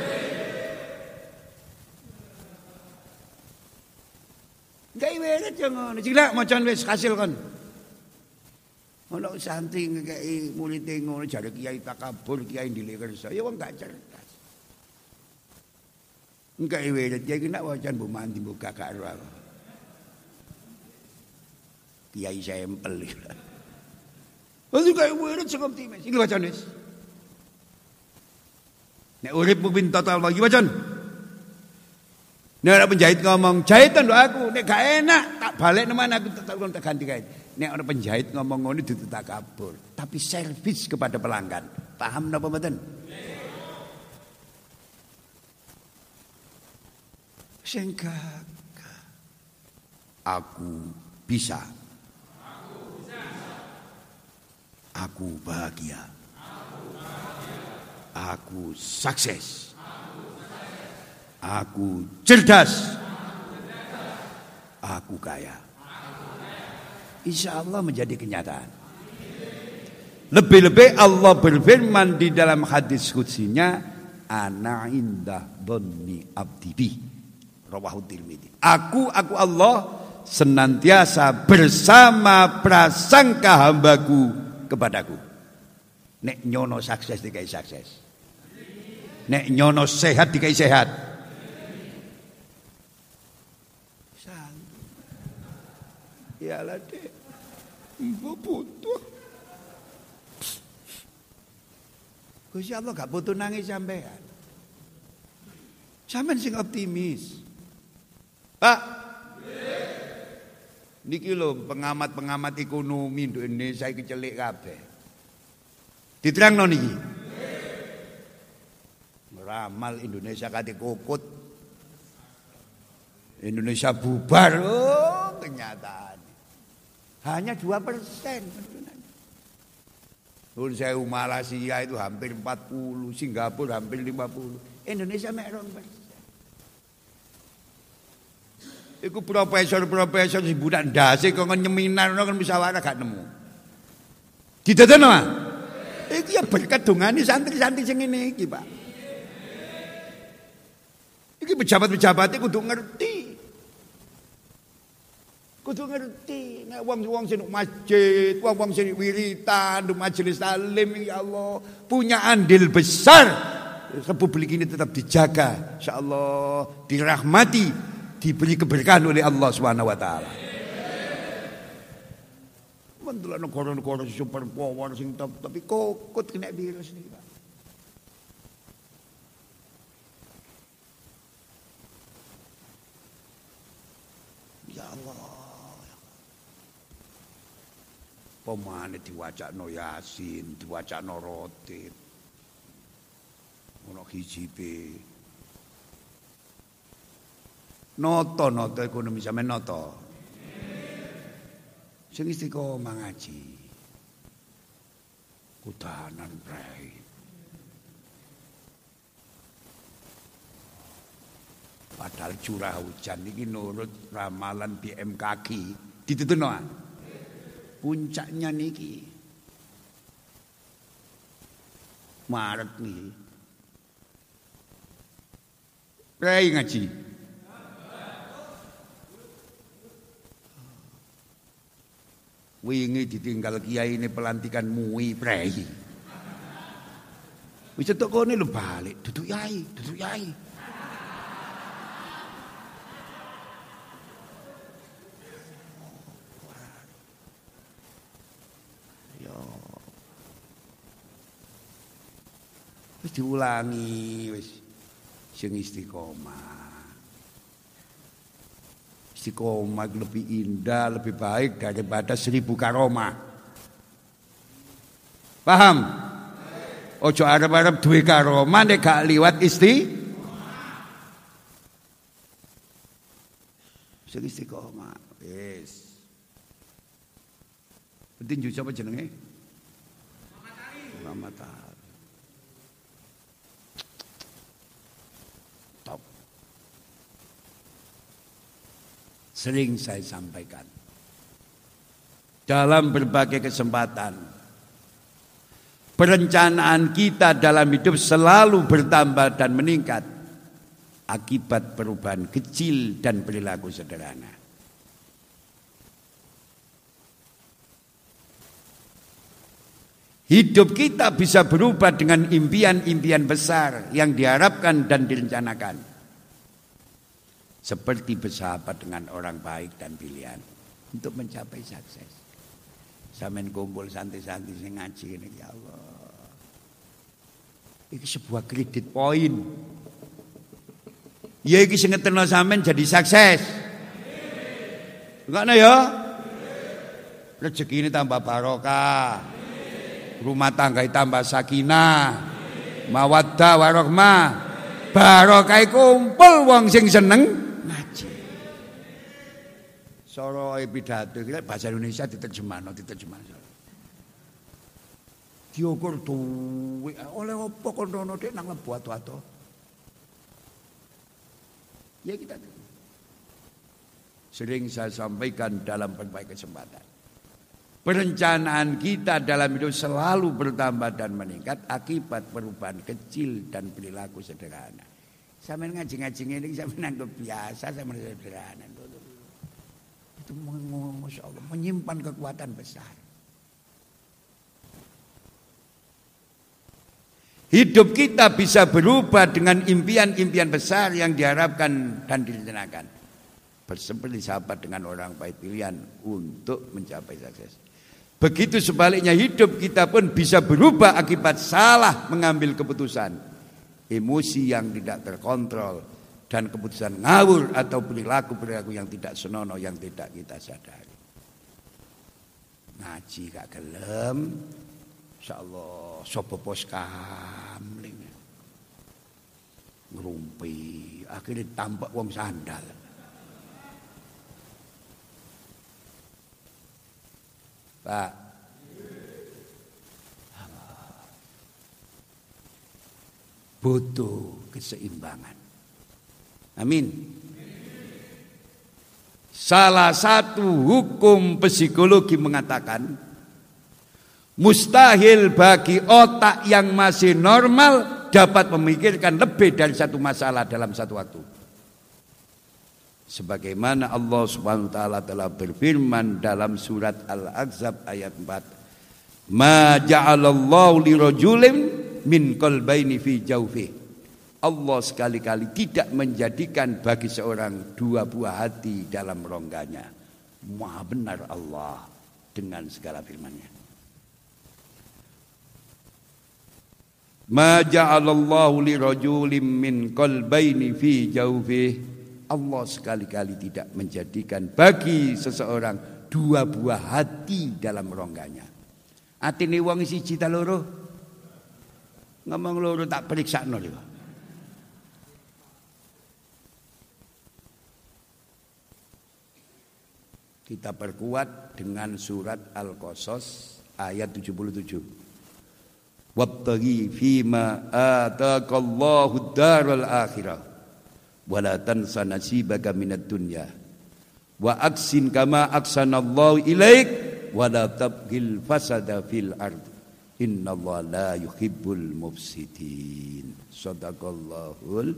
Gak iweret yang ngono. Cila macan wis hasil kon. Ono santri ngekei murid ngono jare kiai takabur, kiai ndelik kersa. Ya wong gak cerdas. Enggak iweret ya iki nek wacan mbok mandi mbok gak karo aku. Kiai sampel. Wis gak iweret sing optimis. Iki wacan wis. Nek uripmu pin total bagi wacan. Nek penjahit ngomong, jahitan lho aku, nek gak enak tak balik nemen aku tak tak ganti kain. Nek ana penjahit ngomong ngono dudu takabur, tapi servis kepada pelanggan. Paham napa mboten? Sing gagah. Aku bisa. Aku bahagia. Aku sukses. Aku cerdas. Aku kaya. Insya Allah menjadi kenyataan. Lebih-lebih Allah berfirman di dalam hadis qudsinya, ana indah dhanni abdi bi. Rawahu Tirmidzi. Aku aku Allah senantiasa bersama prasangka hambaku kepadaku. Nek nyono sukses dikai sukses. Nek nyono sehat dikai sehat. Iyalah dek, mbok butuh. Gusti Allah gak butuh nangis sampean. Sampean sing optimis. Pak. Niki lho pengamat-pengamat ekonomi Indonesia iki celik kabeh. Diterangno niki. Ramal Indonesia kate kokut. Indonesia bubar. Oh, kenyataan. Hanya dua persen. Sewu Malaysia itu hampir empat puluh, Singapura hampir lima puluh, Indonesia mek rong persen. Iku profesor-profesor sing budak ndase kok nyeminar kan musyawarah gak nemu. Didadekno ah. Iki ya berkat dongane santri-santri sing ngene iki, Pak. Iki pejabat-pejabat kudu ngerti. Kudu ngerti, nek wong-wong sing masjid, wong-wong sing wiritan, di majelis taklim ya Allah, punya andil besar. Republik ini tetap dijaga, insyaallah dirahmati, diberi keberkahan oleh Allah Subhanahu wa taala. Mendelok negara-negara super power sing top, tapi kokot kena virus niki, Pak. Ya Allah. Pemane diwacakno Yasin, diwacakno Rotib. Ono hijibe. Noto-noto ekonomi sampean noto. Sing istiqomah ngaji. Kudanan prei. Padahal curah hujan ini nurut ramalan B M K G ditutuno. Puncaknya niki Maret nih. Prei ngaji. Wingi ditinggal kiai ini pelantikan mui prei. Wis tok kene lho balik, duduk yai, duduk yai. Yo. Wis diulangi wis sing istiqomah. Istiqomah lebih indah, lebih baik daripada seribu karomah. Paham? Ojo arep-arep duwe karomah nek gak liwat isti. Sing istiqomah. Wis. Petinju sapa jenenge? Muhammad Ali. Sering saya sampaikan dalam berbagai kesempatan, perencanaan kita dalam hidup selalu bertambah dan meningkat akibat perubahan kecil dan perilaku sederhana. Hidup kita bisa berubah dengan impian-impian besar yang diharapkan dan direncanakan. Seperti bersahabat dengan orang baik dan pilihan untuk mencapai sukses. Sampeyan kumpul santai-santai sing ngaji ini, ya Allah. Iki sebuah kredit poin. Ya iki sing ngeterno sampeyan jadi sukses. Enggak ya? Rezeki ini tambah barokah. Rumah tangga tambah sakinah. Mawaddah warahmah. Barokah kumpul wong sing seneng ngaji. Soro pidato iki bahasa Indonesia diterjemahno, diterjemahno. Diukur duwe oleh apa kono dek nang lebu ato-ato. Ya kita sering saya sampaikan dalam berbagai kesempatan. Perencanaan kita dalam hidup selalu bertambah dan meningkat akibat perubahan kecil dan perilaku sederhana. Sampeyan ngaji-ngaji ngene iki sampeyan anggap biasa, sampeyan sederhana. Itu Masya Allah menyimpan kekuatan besar. Hidup kita bisa berubah dengan impian-impian besar yang diharapkan dan direncanakan. Seperti sahabat dengan orang baik pilihan untuk mencapai sukses. Begitu sebaliknya hidup kita pun bisa berubah akibat salah mengambil keputusan. Emosi yang tidak terkontrol dan keputusan ngawur atau perilaku-perilaku yang tidak senonoh yang tidak kita sadari. Ngaji gak gelem, insyaallah sapa pos kamling. Ngrumpi, akhirnya tampak wong sandal. Pak, butuh keseimbangan. Amin. Salah satu hukum psikologi mengatakan mustahil bagi otak yang masih normal dapat memikirkan lebih dari satu masalah dalam satu waktu. Sebagaimana Allah Subhanahu wa taala telah berfirman dalam surat Al-Ahzab ayat empat, "Ma ja'alallahu lirajulin min qalbaini fi jawfihi." Allah sekali-kali tidak menjadikan bagi seorang dua buah hati dalam rongganya. Maha benar Allah dengan segala firman-Nya. Ma ja'alallahu lirajulin min qalbaini fi jawfihi. Allah sekali-kali tidak menjadikan bagi seseorang dua buah hati dalam rongganya. Atine wong siji ta loro? Ngomong loro tak periksakno lho. Kita perkuat dengan surat Al-Qasas ayat tujuh puluh tujuh. Wabtaghi fima ataqallahu daral akhirah wa la tansa nasibaka minad dunya wa aksin kama aksanallahu ilaik wa la tabghil fasada fil ard innallaha la yuhibbul mufsidin. Shadaqallahul.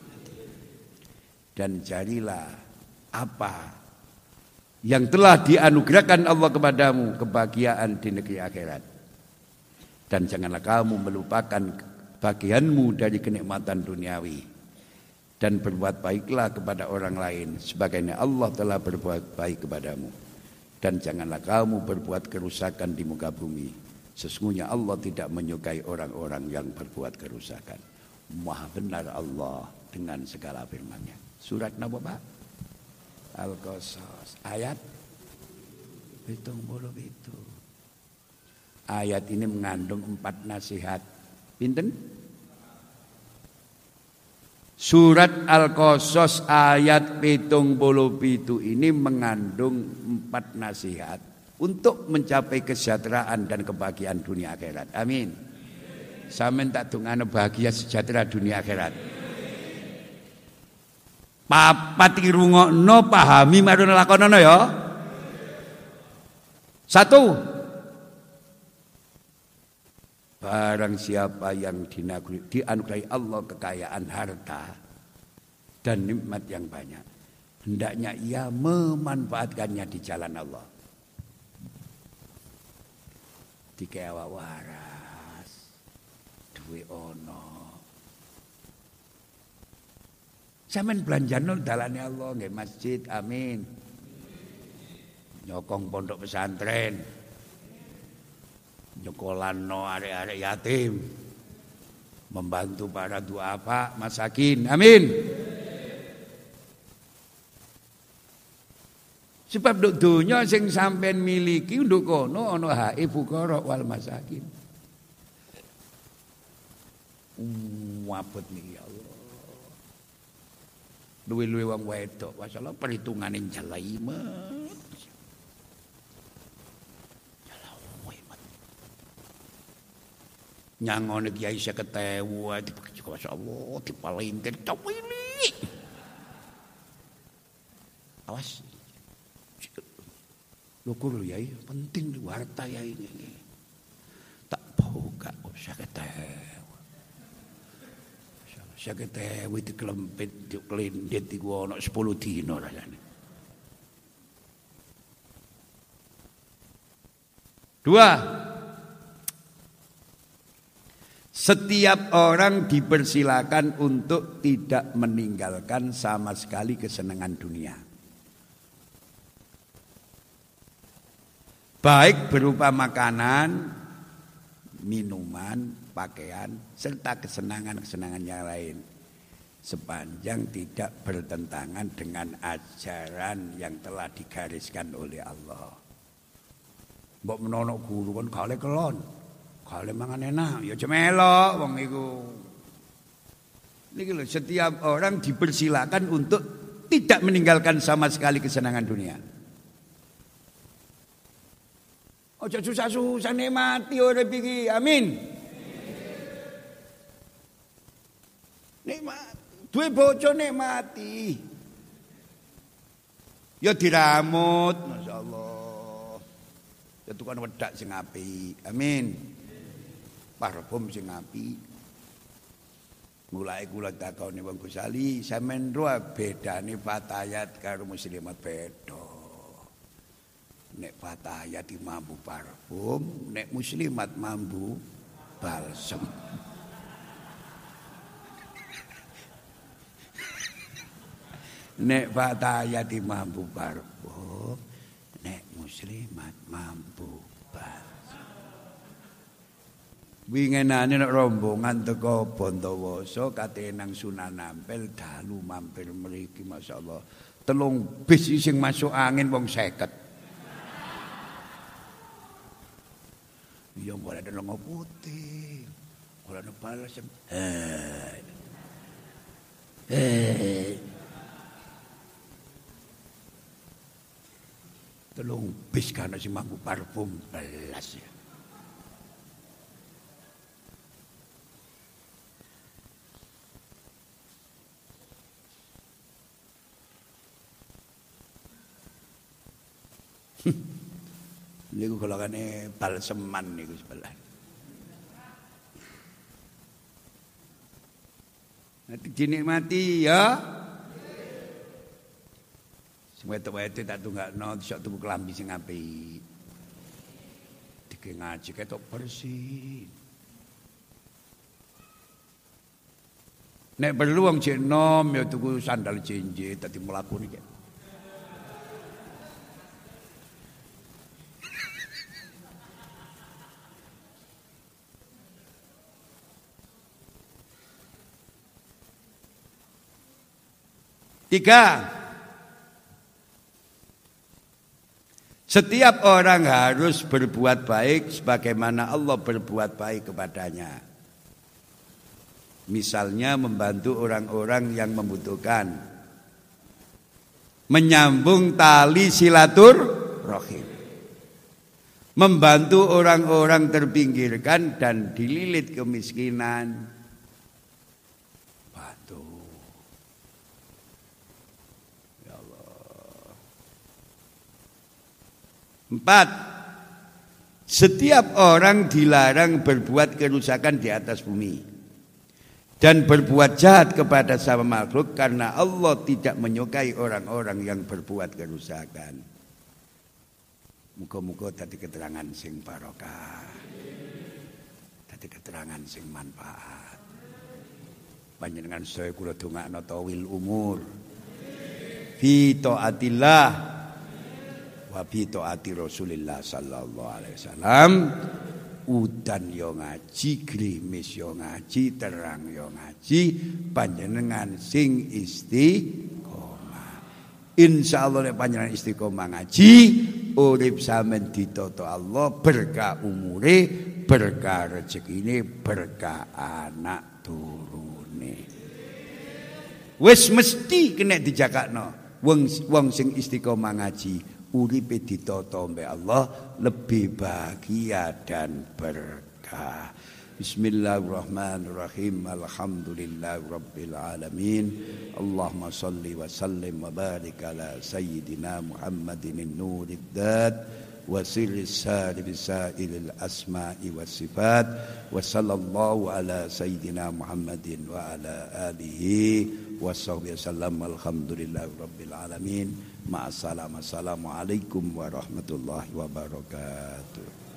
Dan carilah apa yang telah dianugerahkan Allah kepadamu, kebahagiaan di negeri akhirat. Dan janganlah kamu melupakan bagianmu dari kenikmatan duniawi. Dan berbuat baiklah kepada orang lain sebagaimana Allah telah berbuat baik kepadamu. Dan janganlah kamu berbuat kerusakan di muka bumi. Sesungguhnya Allah tidak menyukai orang-orang yang berbuat kerusakan. Maha benar Allah dengan segala firman-Nya. Surat napa, Pak? Al-Qasas ayat hitung bolo itu. Ayat ini mengandung empat nasihat. Pinten? Surat Al-Qasas ayat pitung bolo pitu ini mengandung empat nasihat untuk mencapai kesejahteraan dan kebahagiaan dunia akhirat. Amin. Sampeyan tak dongane bahagia sejahtera dunia akhirat. Papat iki rungokno pahami marune lakonono ya. Satu. Barang siapa yang dianugerahi Allah kekayaan harta dan nikmat yang banyak, hendaknya ia memanfaatkannya di jalan Allah. Dikewa waras, duwe ono. Sampeyan belanjano dalane Allah nggih masjid, amin. Nyokong pondok pesantren. Nyokolano arek-arek yatim. Membantu para duafa masakin, amin. Sebab nduk donya sing sampeyan miliki nduk kono ana hake fuqara wal masakin. Wabet niki ya Allah. Luwe-luwe wong wedok, masalah perhitungane jalaimet. Jalaimet. Nyangone kiai seket ewu dibagi masyaallah dipalintir cowili. Awas. Lukur lho yai, penting di warta yai ini. Tak buka kok seket ewu. Seket ewu dikelempit, dikelindit iku ana sepuluh dina rasane. Dua. Setiap orang dipersilakan untuk tidak meninggalkan sama sekali kesenangan dunia. Baik berupa makanan, minuman, pakaian, serta kesenangan-kesenangan yang lain. Sepanjang tidak bertentangan dengan ajaran yang telah digariskan oleh Allah. Mbok menono guru kan kale kelon. Kale mangan enak, ya cemelok wong iku. Niki lho, setiap orang dipersilakan untuk tidak meninggalkan sama sekali kesenangan dunia. Ojo susah-susah nikmati urip iki. Amin. Nikmat, duwe bojo nikmati. Ya diramut, masyaallah. Ya tukang wedak sing apik. Amin. Parfum sing apik. Mulai kula takoni wong Gusali, sampean ro bedane fatayat karo muslimat beda. Nek fatayat mambu parfum, nek muslimat mambu balsem. Nek fatayat mambu parfum, nek muslimat mambu balsem. Wingenane nek rombongan teko Bondowoso kate nang Sunan Ampel dalu mampir mriki masyaallah. Telung bis sing masuk angin wong seket. Yang boleh ada lengo putih, boleh ada balsam. Eh, eh. telung bis kana sing mampu parfum belas ya. Niku golongane balseman niku sebelah. Nanti dinikmati ya. Sing wedok-wedok tak tunggakno iso tuku klambi sing apik. Dike ngaji ketok bersih. Nek perlu wong jek nom ya tuku sandal jenje dadi mlaku niki. Tiga, setiap orang harus berbuat baik sebagaimana Allah berbuat baik kepadanya. Misalnya membantu orang-orang yang membutuhkan, menyambung tali silaturahim, membantu orang-orang terpinggirkan dan dililit kemiskinan. Empat, setiap orang dilarang berbuat kerusakan di atas bumi dan berbuat jahat kepada sama makhluk karena Allah tidak menyukai orang-orang yang berbuat kerusakan. Muga-muga dadi keterangan sing barokah, dadi keterangan sing manfaat. Panjenengan saya kula dongakno tawil umur fi taatillah wa bi taati Rasulillah sallallahu alaihi wasallam. Udan yo ngaji, grimis yo ngaji, terang yo ngaji, panjenengan sing istiqomah. Insyaallah nek panjenengan istiqomah ngaji, urip sampean ditata Allah, berkah umure, berkah rezekine, berkah anak turune. Wis mesti kena dijakakno wong wong sing istiqomah ngaji. Uripe ditata mbek Allah lebih bahagia dan berkah. Bismillahirrahmanirrahim. Alhamdulillahirabbil alamin. Allahumma shalli wa sallim wa barik ala sayyidina Muhammadin an-nurid dat wa sirris saril sa'ilil asma'i was sifat wa sallallahu ala sayyidina Muhammadin wa ala alihi wa sahbihi wasallam. Alhamdulillahirabbil alamin. Ma'assalam. Assalamualaikum warahmatullahi wabarakatuh.